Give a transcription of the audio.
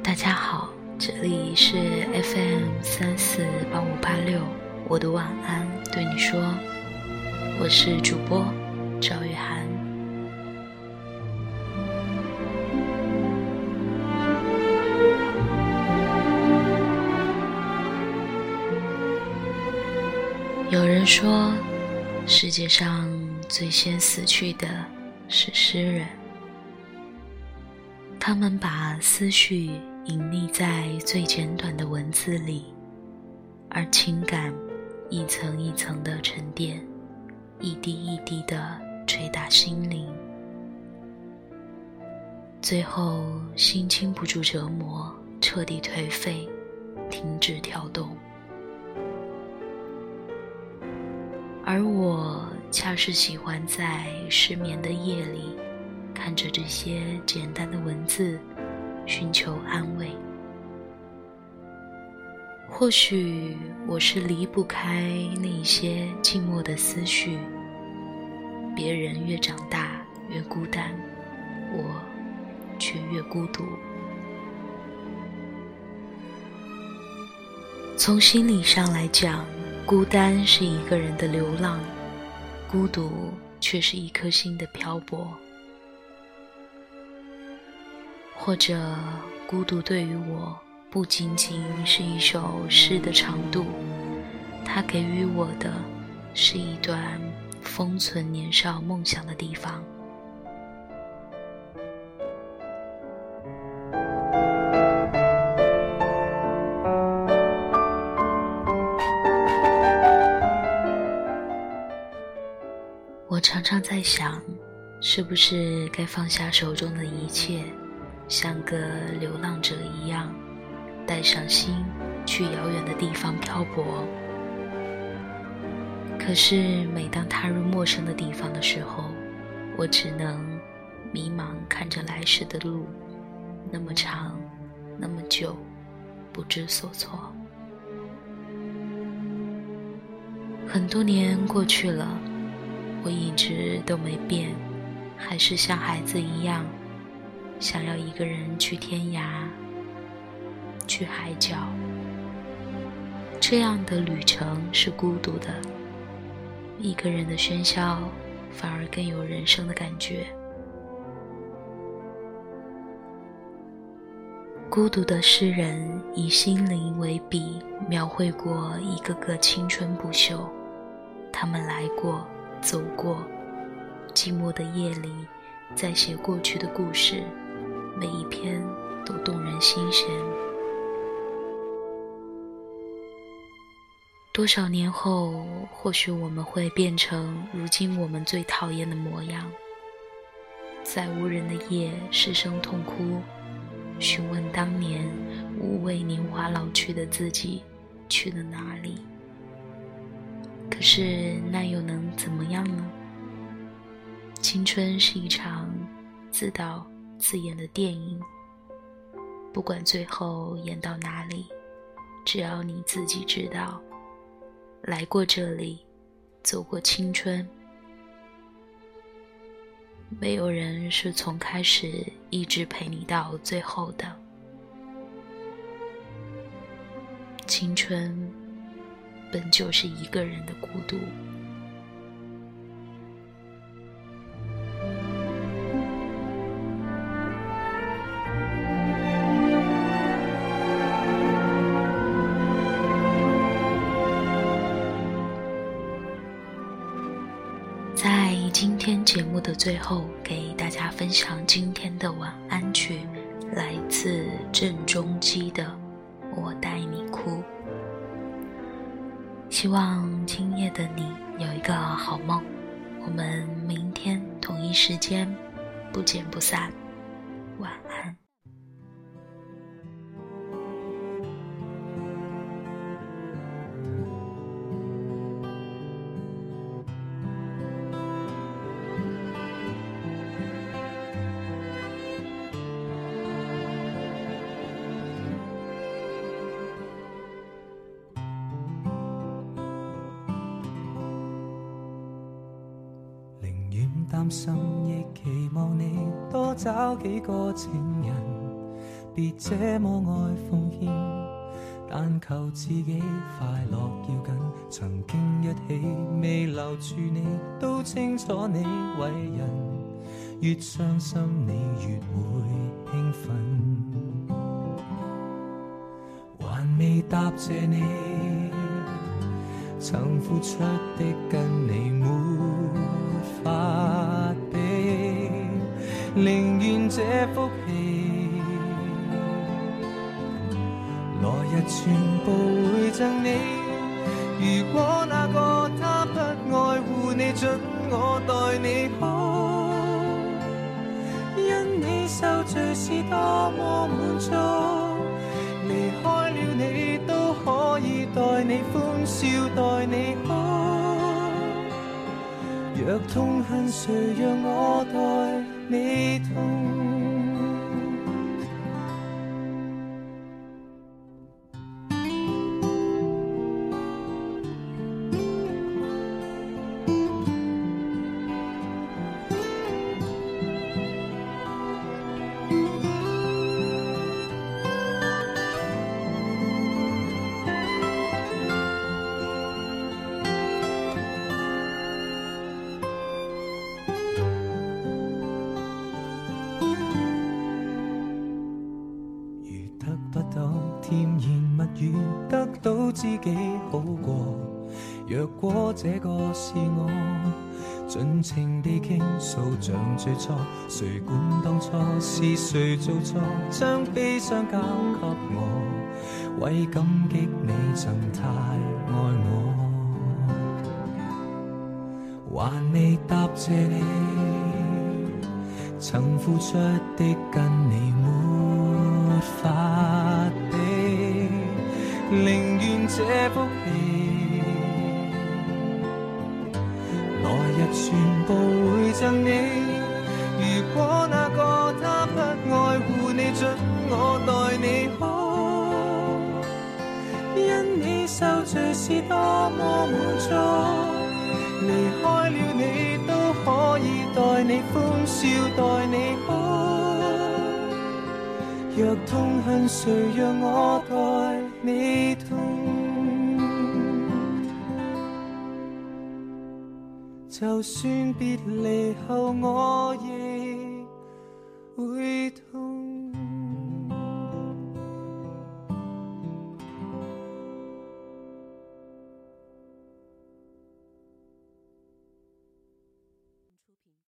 大家好，这里是 FM348586，我的晚安对你说，我是主播赵雨涵。有人说，世界上最先死去的是诗人，他们把思绪隐匿在最简短的文字里，而情感一层一层的沉淀，一滴一滴的捶打心灵，最后心经不住折磨，彻底颓废，停止跳动。而我恰是喜欢在失眠的夜里，看着这些简单的文字，寻求安慰。或许我是离不开那些静默的思绪，别人越长大越孤单，我却越孤独。从心理上来讲，孤单是一个人的流浪，孤独却是一颗心的漂泊。或者孤独对于我不仅仅是一首诗的长度，它给予我的是一段封存年少梦想的地方。我常常在想，是不是该放下手中的一切，像个流浪者一样，带上心去遥远的地方漂泊。可是每当踏入陌生的地方的时候，我只能迷茫看着来时的路，那么长，那么久，不知所措。很多年过去了，我一直都没变，还是像孩子一样，想要一个人去天涯，去海角。这样的旅程是孤独的，一个人的喧嚣反而更有人生的感觉。孤独的诗人以心灵为笔，描绘过一个个青春不朽，他们来过走过，寂寞的夜里在写过去的故事，每一篇都动人心弦。多少年后，或许我们会变成如今我们最讨厌的模样，在无人的夜失声痛哭，询问当年无畏年华老去的自己去了哪里。可是那又能怎么样呢？青春是一场自导自演的电影，不管最后演到哪里，只要你自己知道，来过这里，走过青春，没有人是从开始一直陪你到最后的。青春本就是一个人的孤独。在今天节目的最后，给大家分享今天的晚安曲，来自郑中基的《我带你哭》。希望今夜的你有一个好梦，我们明天同一时间不见不散，晚安。 擔心亦期望你多找幾個情人， 别这么爱奉献，但求自己快乐要紧。曾经一起未留住你，都清楚你为人，越伤心你越会兴奋。还未答谢你，曾付出的跟你没法比，宁愿这福气来日全部会赠你。如果那个他不爱护你，准我待你好，因你受罪是多麼滿足，離開了你都可以待你歡笑待你好。若痛恨誰讓我代你痛？甜言蜜語得到知己好過，若果這個是我，盡情地傾訴像最初，誰管當初是誰做錯，將悲傷交給我，為感激你曾太愛我，還未答謝你，曾付出的跟你沒法比，寧願這福氣來日全部會贈你。如果那個他不愛護你，准我待你好，因你受罪是多麼滿足，離開了你都可以待你歡笑待你好。若痛恨誰讓我代你痛？就算別離後我亦會